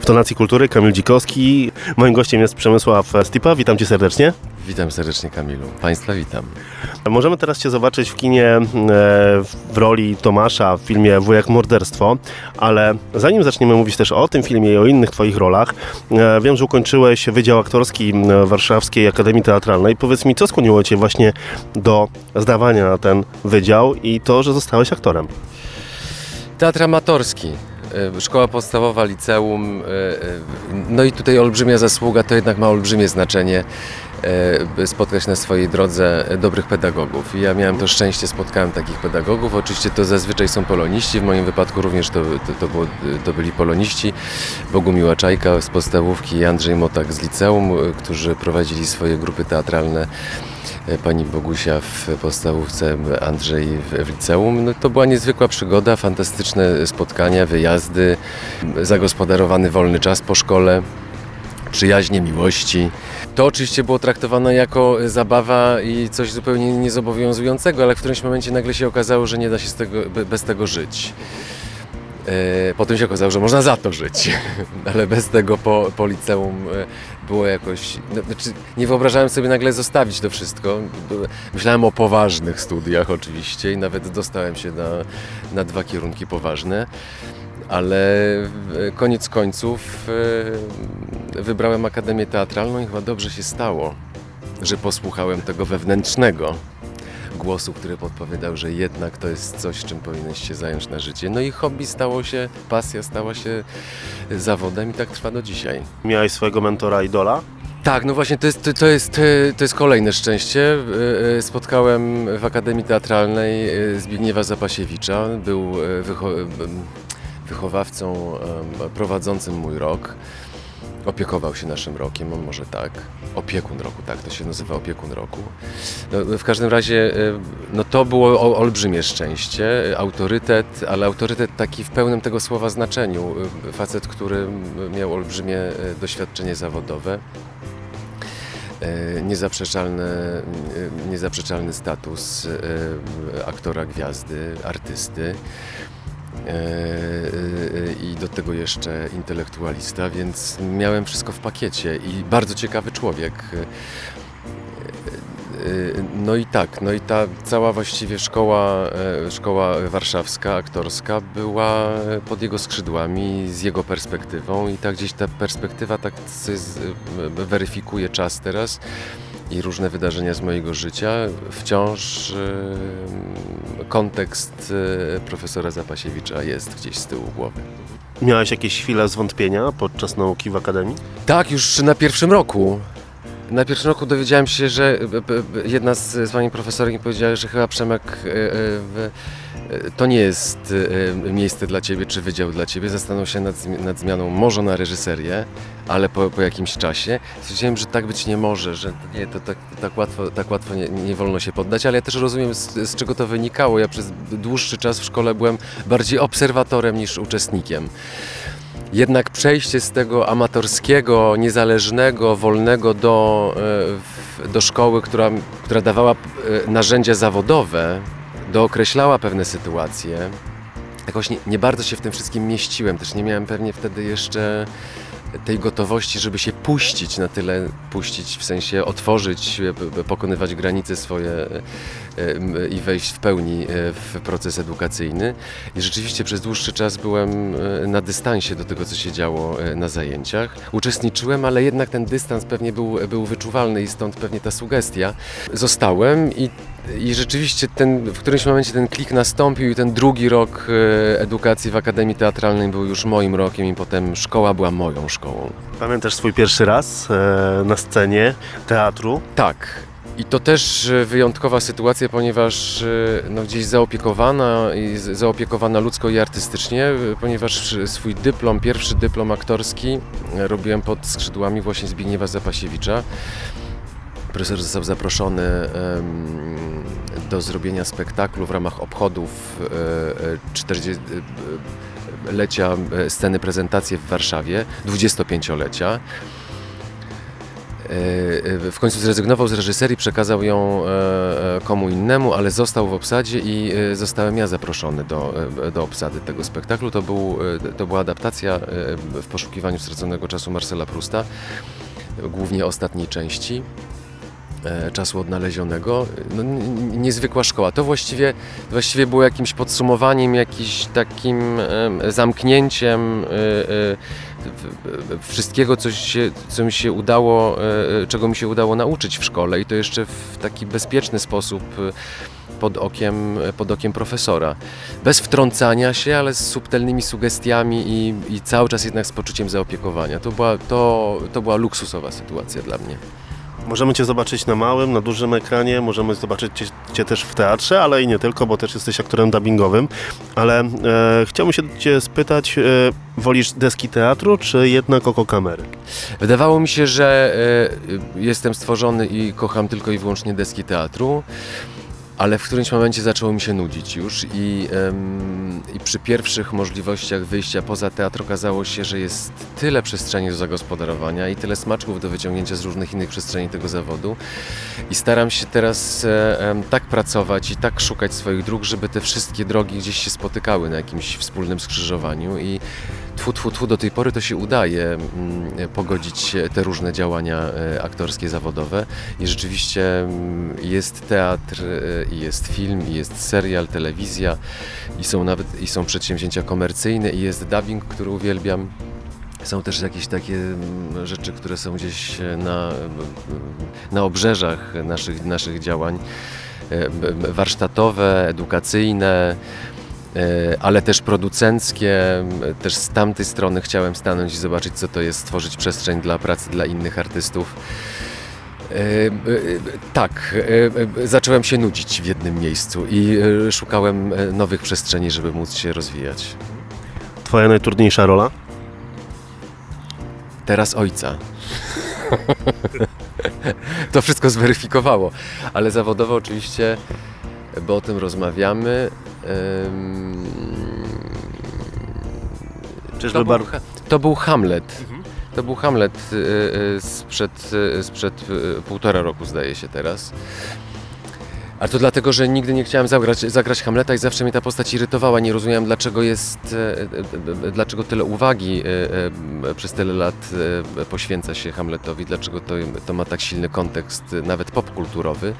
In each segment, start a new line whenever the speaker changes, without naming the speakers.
Tonacji Kultury, Kamil Dzikowski. Moim gościem jest Przemysław Stipa. Witam Cię serdecznie.
Witam serdecznie, Kamilu. Państwa witam.
Możemy teraz Cię zobaczyć w kinie w roli Tomasza w filmie Wujek Morderstwo, ale zanim zaczniemy mówić też o tym filmie i o innych Twoich rolach, wiem, że ukończyłeś Wydział Aktorski Warszawskiej Akademii Teatralnej. Powiedz mi, co skłoniło Cię właśnie do zdawania na ten wydział i to, że zostałeś aktorem?
Teatr amatorski. Szkoła podstawowa, liceum, no i tutaj olbrzymia zasługa, to jednak ma olbrzymie znaczenie spotkać na swojej drodze dobrych pedagogów. I ja miałem to szczęście, spotkałem takich pedagogów. Oczywiście to zazwyczaj są poloniści, w moim wypadku również to byli poloniści. Bogumiła Czajka z podstawówki i Andrzej Motak z liceum, którzy prowadzili swoje grupy teatralne. Pani Bogusia w podstawówce, Andrzej w liceum. No, to była niezwykła przygoda, fantastyczne spotkania, wyjazdy, zagospodarowany wolny czas po szkole, przyjaźnie, miłości. To oczywiście było traktowane jako zabawa i coś zupełnie niezobowiązującego, ale w którymś momencie nagle się okazało, że nie da się bez tego żyć. Potem się okazało, że można za to żyć, ale bez tego po liceum było jakoś... Znaczy, nie wyobrażałem sobie nagle zostawić to wszystko. Myślałem o poważnych studiach oczywiście i nawet dostałem się na 2 kierunki poważne, ale koniec końców wybrałem Akademię Teatralną i chyba dobrze się stało, że posłuchałem tego wewnętrznego głosu, który podpowiadał, że jednak to jest coś, czym powinieneś się zająć na życie. No i hobby stało się, pasja stała się zawodem i tak trwa do dzisiaj.
Miałeś swojego mentora, idola?
Tak, no właśnie to jest kolejne szczęście. Spotkałem w Akademii Teatralnej Zbigniewa Zapasiewicza. Był wychowawcą prowadzącym mój rok. Opiekował się naszym rokiem, może tak. Opiekun roku, tak, to się nazywa opiekun roku. No, w każdym razie no, to było olbrzymie szczęście, autorytet, ale autorytet taki w pełnym tego słowa znaczeniu. Facet, który miał olbrzymie doświadczenie zawodowe, niezaprzeczalny status aktora gwiazdy, artysty. I do tego jeszcze intelektualista, więc miałem wszystko w pakiecie i bardzo ciekawy człowiek. No i ta cała właściwie szkoła warszawska, aktorska była pod jego skrzydłami, z jego perspektywą i tak gdzieś ta perspektywa tak weryfikuje czas teraz i różne wydarzenia z mojego życia. Wciąż kontekst profesora Zapasiewicza jest gdzieś z tyłu głowy.
Miałeś jakieś chwile zwątpienia podczas nauki w Akademii?
Tak, już na pierwszym roku. Na pierwszym roku dowiedziałem się, że jedna z pani profesorek powiedziała, że chyba Przemek, to nie jest miejsce dla Ciebie, czy wydział dla Ciebie. Zastanów się nad zmianą może na reżyserię, ale po jakimś czasie. Stwierdziłem, że tak być nie może, że nie, to tak łatwo nie wolno się poddać, ale ja też rozumiem, z czego to wynikało. Ja przez dłuższy czas w szkole byłem bardziej obserwatorem niż uczestnikiem. Jednak przejście z tego amatorskiego, niezależnego, wolnego do szkoły, która dawała narzędzia zawodowe, dookreślała pewne sytuacje, jakoś nie bardzo się w tym wszystkim mieściłem. Też nie miałem pewnie wtedy jeszcze tej gotowości, żeby się puścić na tyle, w sensie otworzyć, pokonywać granice swoje i wejść w pełni w proces edukacyjny. I rzeczywiście przez dłuższy czas byłem na dystansie do tego, co się działo na zajęciach. Uczestniczyłem, ale jednak ten dystans pewnie był wyczuwalny i stąd pewnie ta sugestia. Zostałem i rzeczywiście w którymś momencie ten klik nastąpił i ten drugi rok edukacji w Akademii Teatralnej był już moim rokiem i potem szkoła była moją szkołą.
Pamiętasz swój pierwszy raz na scenie teatru?
Tak. I to też wyjątkowa sytuacja, ponieważ no, gdzieś zaopiekowana ludzko i artystycznie, ponieważ swój pierwszy dyplom aktorski robiłem pod skrzydłami właśnie Zbigniewa Zapasiewicza. Profesor został zaproszony do zrobienia spektaklu w ramach obchodów 40-lecia sceny prezentacji w Warszawie, 25-lecia. W końcu zrezygnował z reżyserii, przekazał ją komu innemu, ale został w obsadzie i zostałem ja zaproszony do obsady tego spektaklu. To była adaptacja w poszukiwaniu straconego czasu Marcela Prousta, głównie ostatniej części. Czasu odnalezionego. No, niezwykła szkoła. To właściwie było jakimś podsumowaniem, jakimś takim zamknięciem wszystkiego, czego mi się udało nauczyć w szkole i to jeszcze w taki bezpieczny sposób pod okiem profesora. Bez wtrącania się, ale z subtelnymi sugestiami i cały czas jednak z poczuciem zaopiekowania. To była luksusowa sytuacja dla mnie.
Możemy Cię zobaczyć na małym, na dużym ekranie, możemy zobaczyć Cię też w teatrze, ale i nie tylko, bo też jesteś aktorem dubbingowym. Ale chciałbym się Cię spytać, wolisz deski teatru, czy jednak oko kamery?
Wydawało mi się, że jestem stworzony i kocham tylko i wyłącznie deski teatru, ale w którymś momencie zaczęło mi się nudzić już i przy pierwszych możliwościach wyjścia poza teatr okazało się, że jest tyle przestrzeni do zagospodarowania i tyle smaczków do wyciągnięcia z różnych innych przestrzeni tego zawodu i staram się teraz tak pracować i tak szukać swoich dróg, żeby te wszystkie drogi gdzieś się spotykały na jakimś wspólnym skrzyżowaniu i tfu, do tej pory to się udaje pogodzić te różne działania aktorskie, zawodowe i rzeczywiście jest teatr, i jest film, i jest serial, telewizja i są przedsięwzięcia komercyjne i jest dubbing, który uwielbiam. Są też jakieś takie rzeczy, które są gdzieś na obrzeżach naszych działań, warsztatowe, edukacyjne, ale też producenckie. Też z tamtej strony chciałem stanąć i zobaczyć, co to jest stworzyć przestrzeń dla pracy dla innych artystów. Tak, zacząłem się nudzić w jednym miejscu i szukałem nowych przestrzeni, żeby móc się rozwijać.
Twoja najtrudniejsza rola?
Teraz ojca. To wszystko zweryfikowało, ale zawodowo oczywiście, bo o tym rozmawiamy. To był Hamlet. To był Hamlet sprzed 1,5 roku, zdaje się teraz. Ale to dlatego, że nigdy nie chciałem zagrać Hamleta i zawsze mnie ta postać irytowała. Nie rozumiałem, dlaczego tyle uwagi przez tyle lat poświęca się Hamletowi, dlaczego to ma tak silny kontekst, nawet popkulturowy.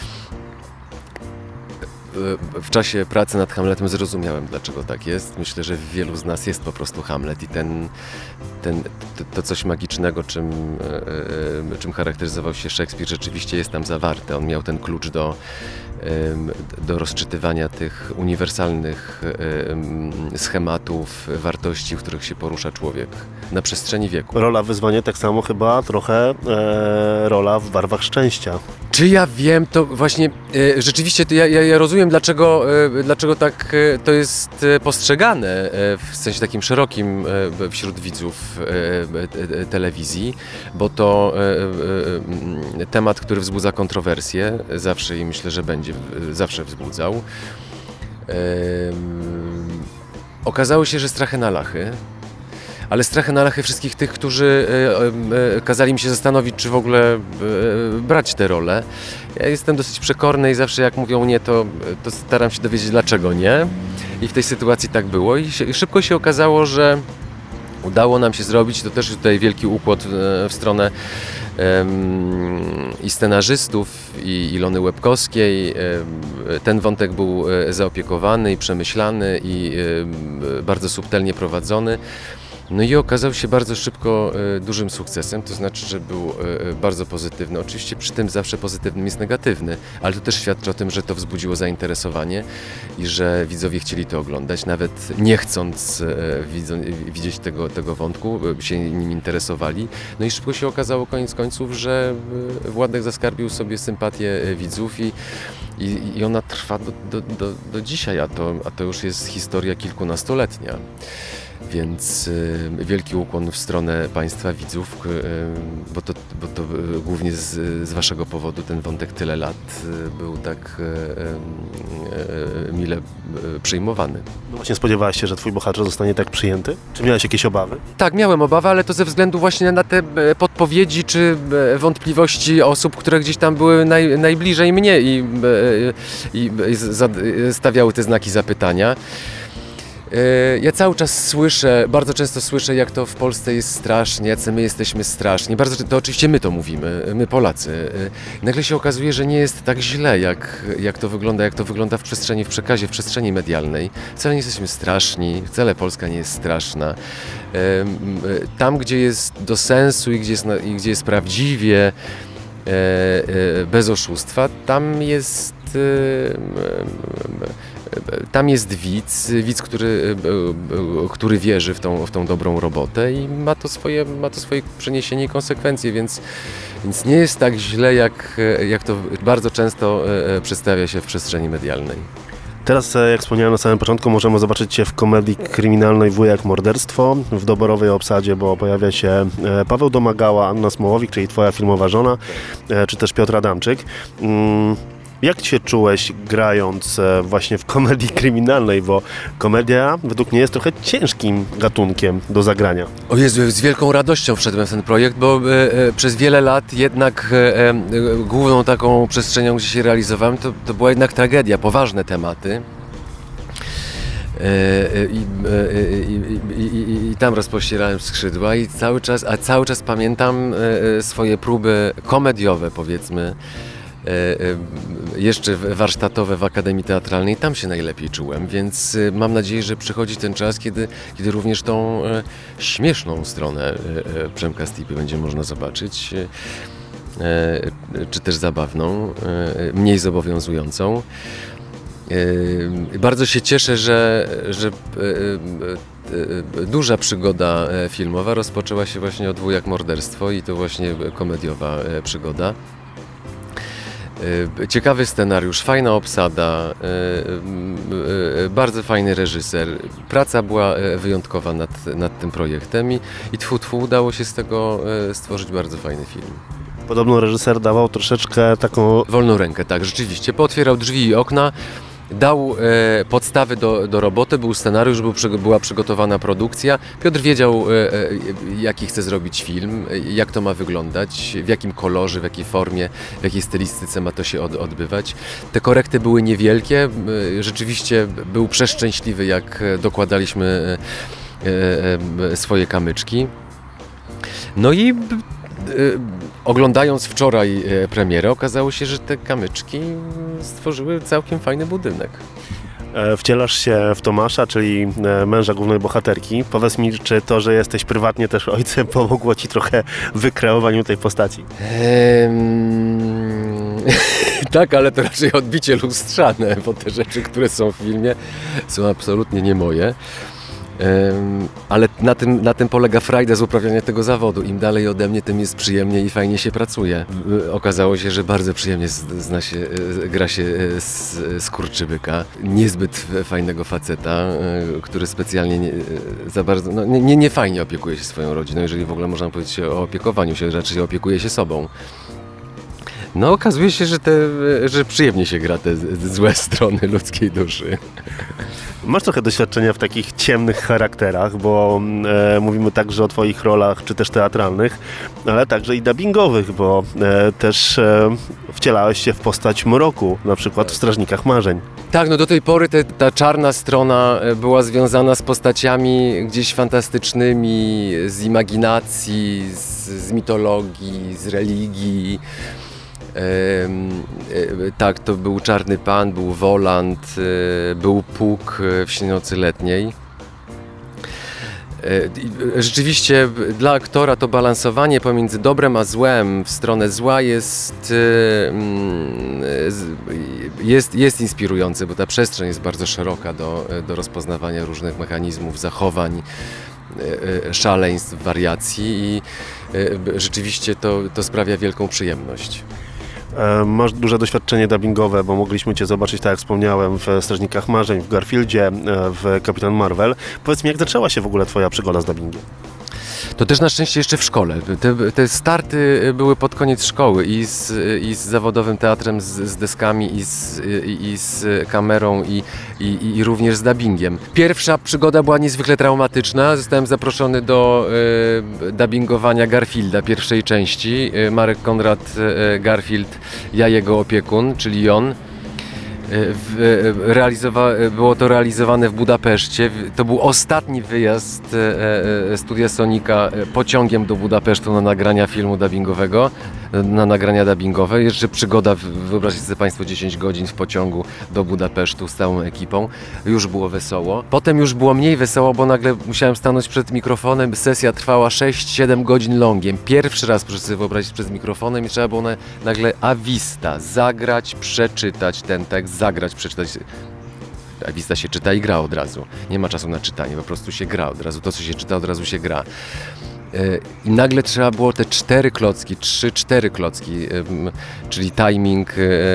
W czasie pracy nad Hamletem zrozumiałem, dlaczego tak jest. Myślę, że w wielu z nas jest po prostu Hamlet i to coś magicznego, czym charakteryzował się Szekspir, rzeczywiście jest tam zawarte. On miał ten klucz do rozczytywania tych uniwersalnych schematów, wartości, w których się porusza człowiek na przestrzeni wieku.
Rola wyzwanie, tak samo chyba trochę rola w barwach szczęścia.
Czy ja wiem, to właśnie rzeczywiście ja rozumiem, dlaczego tak to jest postrzegane w sensie takim szerokim wśród widzów telewizji, bo to temat, który wzbudza kontrowersje zawsze i myślę, że będzie zawsze wzbudzał. Okazało się, że strachy na lachy, ale strachy na lachy wszystkich tych, którzy kazali mi się zastanowić, czy w ogóle brać tę rolę. Ja jestem dosyć przekorny i zawsze jak mówią nie, to staram się dowiedzieć, dlaczego nie. I w tej sytuacji tak było i szybko się okazało, że udało nam się zrobić, to też tutaj wielki ukłon w stronę i scenarzystów, i Ilony Łebkowskiej. Ten wątek był zaopiekowany i przemyślany i bardzo subtelnie prowadzony. No i okazał się bardzo szybko dużym sukcesem, to znaczy, że był bardzo pozytywny. Oczywiście przy tym zawsze pozytywnym jest negatywny, ale to też świadczy o tym, że to wzbudziło zainteresowanie i że widzowie chcieli to oglądać, nawet nie chcąc widzieć tego wątku, się nim interesowali. No i szybko się okazało koniec końców, że Władek zaskarbił sobie sympatię widzów i ona trwa do dzisiaj, a to już jest historia kilkunastoletnia. Więc wielki ukłon w stronę Państwa widzów, bo to głównie z Waszego powodu ten wątek tyle lat był tak mile przyjmowany.
No właśnie spodziewałeś się, że twój bohater zostanie tak przyjęty? Czy miałeś jakieś obawy?
Tak, miałem obawy, ale to ze względu właśnie na te podpowiedzi czy wątpliwości osób, które gdzieś tam były najbliżej mnie i stawiały te znaki zapytania. Ja cały czas słyszę, bardzo często słyszę, jak to w Polsce jest strasznie, jacy my jesteśmy straszni. To oczywiście my to mówimy, my Polacy. Nagle się okazuje, że nie jest tak źle, jak to wygląda w przestrzeni, w przekazie, w przestrzeni medialnej. Wcale nie jesteśmy straszni, wcale Polska nie jest straszna. Tam, gdzie jest do sensu i gdzie jest prawdziwie, bez oszustwa, tam jest widz, który wierzy w tą dobrą robotę i ma to swoje przeniesienie i konsekwencje, więc nie jest tak źle, jak to bardzo często przedstawia się w przestrzeni medialnej.
Teraz, jak wspomniałem na samym początku, możemy zobaczyć Cię w komedii kryminalnej Wujek morderstwo w doborowej obsadzie, bo pojawia się Paweł Domagała, Anna Smołowik, czyli Twoja filmowa żona, czy też Piotr Adamczyk. Jak się czułeś grając właśnie w komedii kryminalnej, bo komedia według mnie jest trochę ciężkim gatunkiem do zagrania.
O Jezu, z wielką radością wszedłem w ten projekt, bo przez wiele lat jednak główną taką przestrzenią, gdzie się realizowałem, to była jednak tragedia, poważne tematy. I tam rozpościerałem skrzydła i cały czas pamiętam swoje próby komediowe, powiedzmy, jeszcze warsztatowe w Akademii Teatralnej, tam się najlepiej czułem, więc mam nadzieję, że przychodzi ten czas, kiedy również tą śmieszną stronę Przemka Stipy będzie można zobaczyć, czy też zabawną, mniej zobowiązującą. Bardzo się cieszę, że duża przygoda filmowa rozpoczęła się właśnie od Wujek morderstwo i to właśnie komediowa przygoda. Ciekawy scenariusz, fajna obsada, bardzo fajny reżyser. Praca była wyjątkowa nad tym projektem i udało się z tego stworzyć bardzo fajny film.
Podobno reżyser dawał troszeczkę taką...
Wolną rękę, tak, rzeczywiście. Pootwierał drzwi i okna, dał podstawy do roboty, był scenariusz, była przygotowana produkcja. Piotr wiedział, jaki chce zrobić film, jak to ma wyglądać, w jakim kolorze, w jakiej formie, w jakiej stylistyce ma to się odbywać. Te korekty były niewielkie, rzeczywiście był przeszczęśliwy, jak dokładaliśmy swoje kamyczki. No i oglądając wczoraj premierę, okazało się, że te kamyczki stworzyły całkiem fajny budynek.
Wcielasz się w Tomasza, czyli męża głównej bohaterki. Powiedz mi, czy to, że jesteś prywatnie też ojcem, pomogło Ci trochę w wykreowaniu tej postaci?
Tak, ale to raczej odbicie lustrzane, bo te rzeczy, które są w filmie, są absolutnie nie moje. Ale na tym polega frajda z uprawiania tego zawodu. Im dalej ode mnie, tym jest przyjemnie i fajnie się pracuje. Okazało się, że bardzo przyjemnie gra się z Kurczybyka. Niezbyt fajnego faceta, który specjalnie za bardzo, nie fajnie opiekuje się swoją rodziną, jeżeli w ogóle można powiedzieć o opiekowaniu się, raczej opiekuje się sobą. No okazuje się, że przyjemnie się gra te złe strony ludzkiej duszy.
Masz trochę doświadczenia w takich ciemnych charakterach, bo mówimy także o Twoich rolach, czy też teatralnych, ale także i dubbingowych, bo też wcielałeś się w postać mroku, na przykład w Strażnikach Marzeń.
Tak, no do tej pory ta czarna strona była związana z postaciami gdzieś fantastycznymi, z imaginacji, z mitologii, z religii. Tak, to był Czarny Pan, był Woland, był Puk w Śnię nocy letniej. Rzeczywiście dla aktora to balansowanie pomiędzy dobrem a złem w stronę zła jest inspirujące, bo ta przestrzeń jest bardzo szeroka do rozpoznawania różnych mechanizmów, zachowań, szaleństw, wariacji i rzeczywiście to sprawia wielką przyjemność.
Masz duże doświadczenie dubbingowe, bo mogliśmy Cię zobaczyć, tak jak wspomniałem, w Strażnikach Marzeń, w Garfieldzie, w Kapitan Marvel. Powiedz mi, jak zaczęła się w ogóle Twoja przygoda z dubbingiem?
To też na szczęście jeszcze w szkole. Te starty były pod koniec szkoły i z zawodowym teatrem, z deskami, i z kamerą, i również z dubbingiem. Pierwsza przygoda była niezwykle traumatyczna. Zostałem zaproszony do dubbingowania Garfielda, pierwszej części. Marek Konrad Garfield, ja jego opiekun, czyli on. Było to realizowane w Budapeszcie. To był ostatni wyjazd Studia Sonika pociągiem do Budapesztu na nagrania filmu dubbingowego, na nagrania dubbingowe. Jeszcze przygoda, wyobraźcie sobie Państwo, 10 godzin w pociągu do Budapesztu z całą ekipą. Już było wesoło. Potem już było mniej wesoło, bo nagle musiałem stanąć przed mikrofonem. Sesja trwała 6-7 godzin longiem. Pierwszy raz, proszę sobie wyobrazić, przed mikrofonem i trzeba było nagle a vista, zagrać, przeczytać ten tekst, przeczytać. A vista się czyta i gra od razu. Nie ma czasu na czytanie, po prostu się gra od razu. To, co się czyta, od razu się gra. I nagle trzeba było te 4 klocki, 3-4 klocki, czyli timing,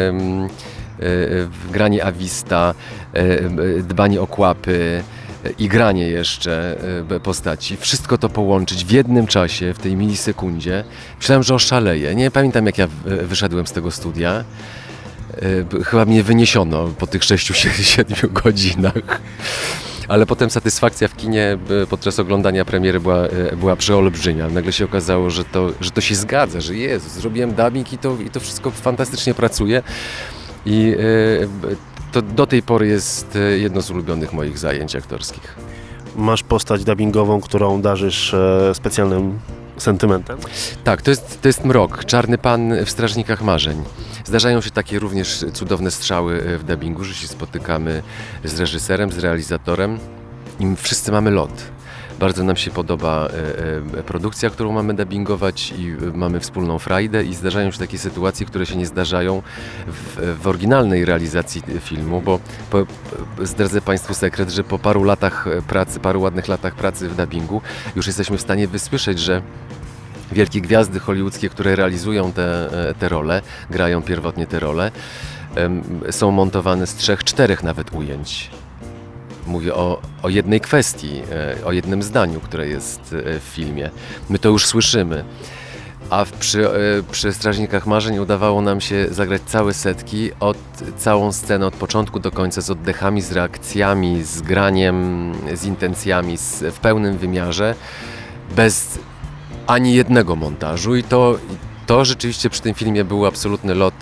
granie a vista, dbanie o kłapy i granie jeszcze postaci. Wszystko to połączyć w jednym czasie, w tej milisekundzie. Myślałem, że oszaleję. Nie pamiętam, jak ja wyszedłem z tego studia. Chyba mnie wyniesiono po tych 6-7 godzinach. Ale potem satysfakcja w kinie podczas oglądania premiery była przeolbrzymia. Nagle się okazało, że to się zgadza, że Jezus, zrobiłem dubbing i to wszystko fantastycznie pracuje. I to do tej pory jest jedno z ulubionych moich zajęć aktorskich.
Masz postać dubbingową, którą darzysz specjalnym sentymentem?
Tak, to jest Mrok, czarny pan w Strażnikach Marzeń. Zdarzają się takie również cudowne strzały w dubbingu, że się spotykamy z reżyserem, z realizatorem i wszyscy mamy lot. Bardzo nam się podoba produkcja, którą mamy dubbingować i mamy wspólną frajdę i zdarzają się takie sytuacje, które się nie zdarzają w oryginalnej realizacji filmu, bo zdradzę Państwu sekret, że po paru latach pracy, paru ładnych latach pracy w dubbingu już jesteśmy w stanie wysłyszeć, że wielkie gwiazdy hollywoodzkie, które realizują te role, grają pierwotnie te role, są montowane z 3-4 nawet ujęć. Mówię o jednej kwestii, o jednym zdaniu, które jest w filmie. My to już słyszymy. A przy Strażnikach Marzeń udawało nam się zagrać całe setki, całą scenę od początku do końca, z oddechami, z reakcjami, z graniem, z intencjami, w pełnym wymiarze, bez ani jednego montażu. I to rzeczywiście przy tym filmie był absolutny lot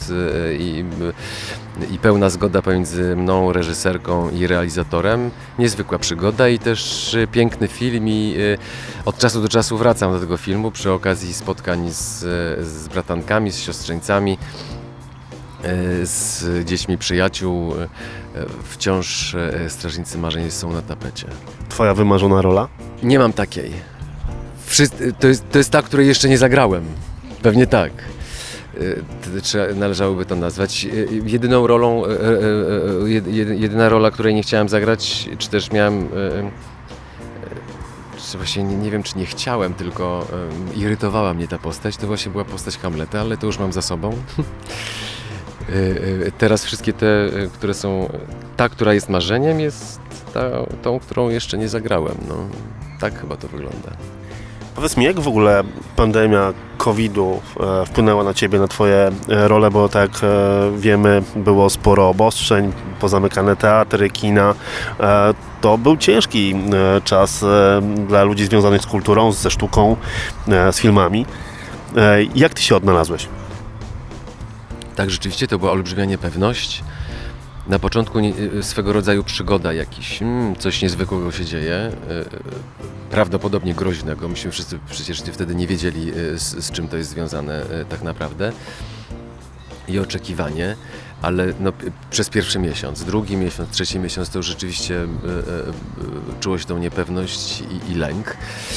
i pełna zgoda pomiędzy mną, reżyserką i realizatorem. Niezwykła przygoda i też piękny film i od czasu do czasu wracam do tego filmu przy okazji spotkań z bratankami, z siostrzeńcami, z dziećmi przyjaciół. Wciąż Strażnicy Marzeń są na tapecie. Twoja
wymarzona rola?
Nie mam takiej. To jest ta, której jeszcze nie zagrałem. Pewnie tak. Należałoby to nazwać. Jedyna rola, której nie chciałem zagrać, czy też miałem... Właśnie nie wiem, czy nie chciałem, tylko irytowała mnie ta postać. To właśnie była postać Hamleta, ale to już mam za sobą. Teraz wszystkie te, które są... Ta, która jest marzeniem, jest tą, którą jeszcze nie zagrałem. No, tak chyba to wygląda.
Powiedz mi, jak w ogóle pandemia COVID-u wpłynęła na Ciebie, na Twoje role, bo tak wiemy, było sporo obostrzeń, pozamykane teatry, kina. To był ciężki czas dla ludzi związanych z kulturą, ze sztuką, z filmami. Jak Ty się odnalazłeś?
Tak, rzeczywiście to była olbrzymia niepewność. Na początku swego rodzaju przygoda jakiś, coś niezwykłego się dzieje, prawdopodobnie groźnego. Myśmy wszyscy przecież wtedy nie wiedzieli, z czym to jest związane tak naprawdę. I oczekiwanie, ale przez pierwszy miesiąc, drugi miesiąc, trzeci miesiąc to już rzeczywiście czuło się tą niepewność i lęk.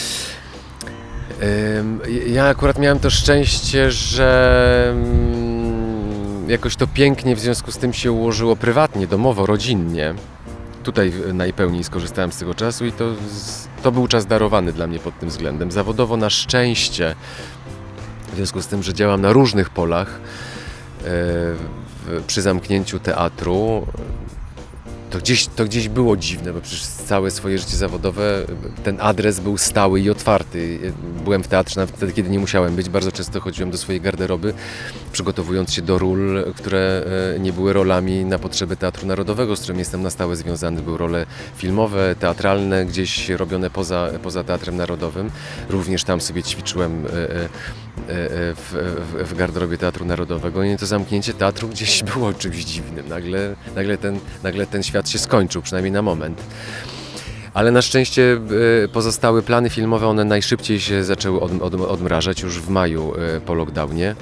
Ja akurat miałem to szczęście, że jakoś to pięknie w związku z tym się ułożyło prywatnie, domowo, rodzinnie. Tutaj najpełniej skorzystałem z tego czasu i to był czas darowany dla mnie pod tym względem. Zawodowo na szczęście, w związku z tym, że działam na różnych polach, przy zamknięciu teatru, to gdzieś było dziwne, bo przecież całe swoje życie zawodowe ten adres był stały i otwarty. Byłem w teatrze nawet wtedy, kiedy nie musiałem być. Bardzo często chodziłem do swojej garderoby, przygotowując się do ról, które nie były rolami na potrzeby Teatru Narodowego, z którym jestem na stałe związany. Były role filmowe, teatralne, gdzieś robione poza Teatrem Narodowym. Również tam sobie ćwiczyłem w garderobie Teatru Narodowego. I to zamknięcie teatru gdzieś było czymś dziwnym. Nagle ten świat się skończył, przynajmniej na moment. Ale na szczęście pozostałe plany filmowe, one najszybciej się zaczęły odmrażać już w maju po lockdownie.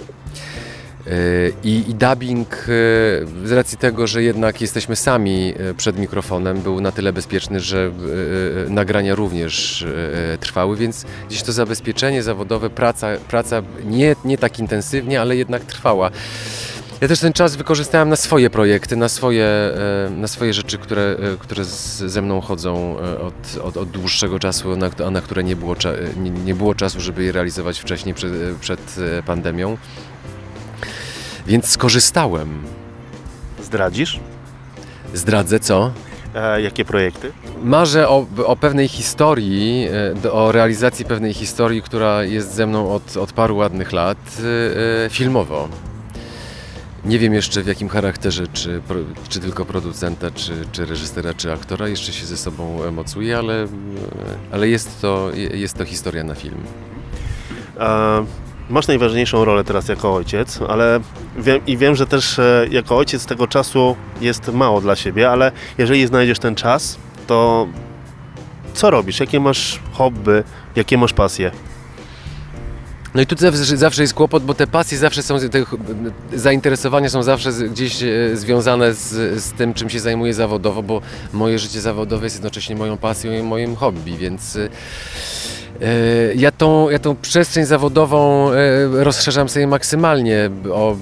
I dubbing, z racji tego, że jednak jesteśmy sami przed mikrofonem, był na tyle bezpieczny, że nagrania również trwały, więc gdzieś to zabezpieczenie zawodowe, praca nie tak intensywnie, ale jednak trwała. Ja też ten czas wykorzystałem na swoje projekty, na swoje rzeczy, które ze mną chodzą od dłuższego czasu, a na które nie było czasu, żeby je realizować wcześniej, przed pandemią. Więc skorzystałem.
Zdradzisz?
Zdradzę co?
Jakie projekty?
Marzę o pewnej historii, o realizacji pewnej historii, która jest ze mną od paru ładnych lat, filmowo. Nie wiem jeszcze w jakim charakterze, czy tylko producenta, czy reżysera, czy aktora. Jeszcze się ze sobą mocuję, ale jest to historia na film.
Masz najważniejszą rolę teraz jako ojciec, ale wiem, że też jako ojciec tego czasu jest mało dla siebie, ale jeżeli znajdziesz ten czas, to co robisz? Jakie masz hobby? Jakie masz pasje?
No i tu zawsze jest kłopot, bo te pasje zawsze są, te zainteresowania są zawsze gdzieś związane z tym, czym się zajmuję zawodowo, bo moje życie zawodowe jest jednocześnie moją pasją i moim hobby, więc ja tą przestrzeń zawodową rozszerzam sobie maksymalnie,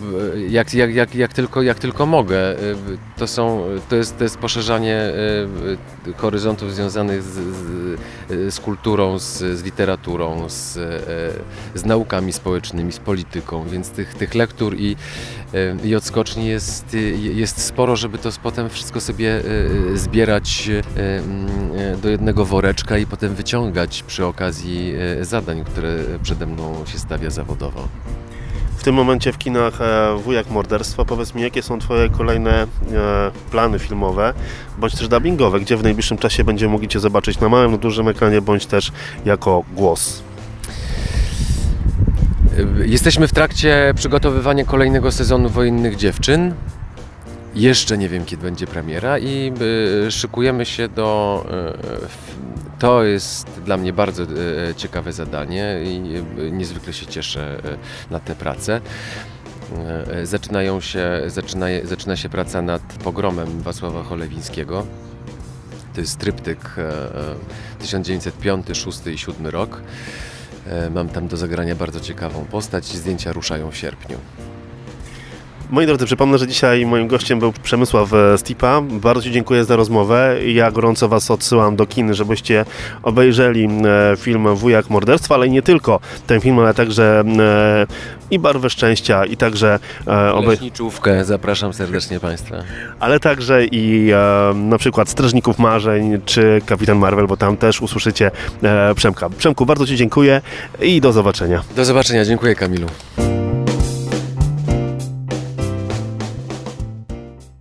jak tylko mogę. To jest poszerzanie horyzontów związanych z kulturą, z literaturą, z naukami społecznymi, z polityką, więc tych lektur i odskoczni jest sporo, żeby to potem wszystko sobie zbierać do jednego woreczka i potem wyciągać przy okazji zadań, które przede mną się stawia zawodowo.
W tym momencie w kinach Wujek Morderstwa. Powiedz mi, jakie są Twoje kolejne plany filmowe, bądź też dubbingowe, gdzie w najbliższym czasie będziemy mogli Cię zobaczyć na małym, na dużym ekranie, bądź też jako głos?
Jesteśmy w trakcie przygotowywania kolejnego sezonu Wojennych Dziewczyn. Jeszcze nie wiem, kiedy będzie premiera i szykujemy się To jest dla mnie bardzo ciekawe zadanie i niezwykle się cieszę na tę pracę. Zaczyna się praca nad Pogromem Wacława Cholewińskiego. To jest tryptyk 1905, 6 i 7 rok. Mam tam do zagrania bardzo ciekawą postać. Zdjęcia ruszają w sierpniu.
Moi drodzy, przypomnę, że dzisiaj moim gościem był Przemysław Stipa. Bardzo Ci dziękuję za rozmowę. Ja gorąco Was odsyłam do kin, żebyście obejrzeli film Wujek Morderstwa, ale nie tylko ten film, ale także i Barwę Szczęścia, i także
Leśniczówkę, zapraszam serdecznie Państwa.
Ale także i na przykład Strażników Marzeń, czy Kapitan Marvel, bo tam też usłyszycie Przemka. Przemku, bardzo Ci dziękuję i do zobaczenia.
Do zobaczenia, dziękuję Kamilu.